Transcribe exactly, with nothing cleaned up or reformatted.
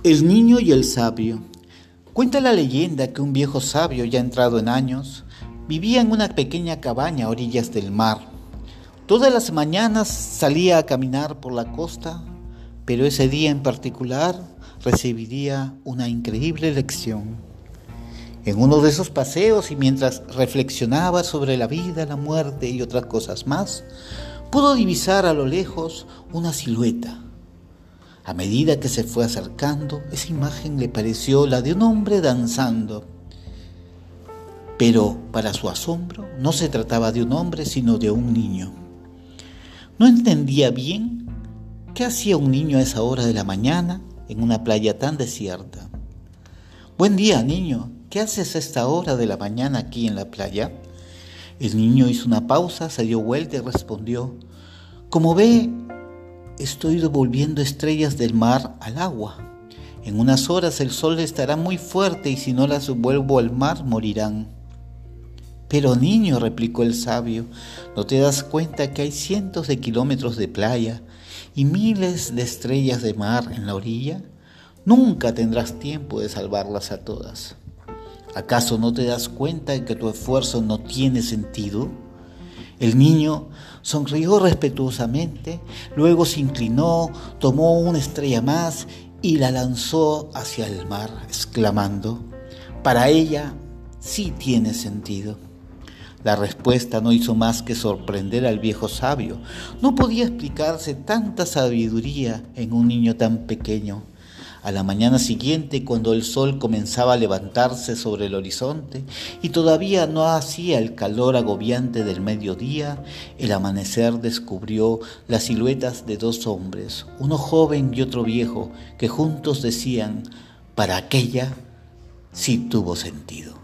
El niño y el sabio. Cuenta la leyenda que un viejo sabio, ya entrado en años, vivía en una pequeña cabaña a orillas del mar. Todas las mañanas salía a caminar por la costa, pero ese día en particular recibiría una increíble lección. En uno de esos paseos y mientras reflexionaba sobre la vida, la muerte y otras cosas más, pudo divisar a lo lejos una silueta. A medida que se fue acercando, esa imagen le pareció la de un hombre danzando. Pero, para su asombro, no se trataba de un hombre, sino de un niño. No entendía bien qué hacía un niño a esa hora de la mañana en una playa tan desierta. «Buen día, niño. ¿Qué haces a esta hora de la mañana aquí en la playa?» El niño hizo una pausa, se dio vuelta y respondió: «Como ve, estoy devolviendo estrellas del mar al agua. En unas horas el sol estará muy fuerte y si no las vuelvo al mar morirán». «Pero niño», replicó el sabio, «¿no te das cuenta que hay cientos de kilómetros de playa y miles de estrellas de mar en la orilla? Nunca tendrás tiempo de salvarlas a todas. ¿Acaso no te das cuenta de que tu esfuerzo no tiene sentido?» El niño sonrió respetuosamente, luego se inclinó, tomó una estrella más y la lanzó hacia el mar, exclamando: «Para ella sí tiene sentido». La respuesta no hizo más que sorprender al viejo sabio. No podía explicarse tanta sabiduría en un niño tan pequeño. A la mañana siguiente, cuando el sol comenzaba a levantarse sobre el horizonte y todavía no hacía el calor agobiante del mediodía, el amanecer descubrió las siluetas de dos hombres, uno joven y otro viejo, que juntos decían: «Para aquella sí tuvo sentido».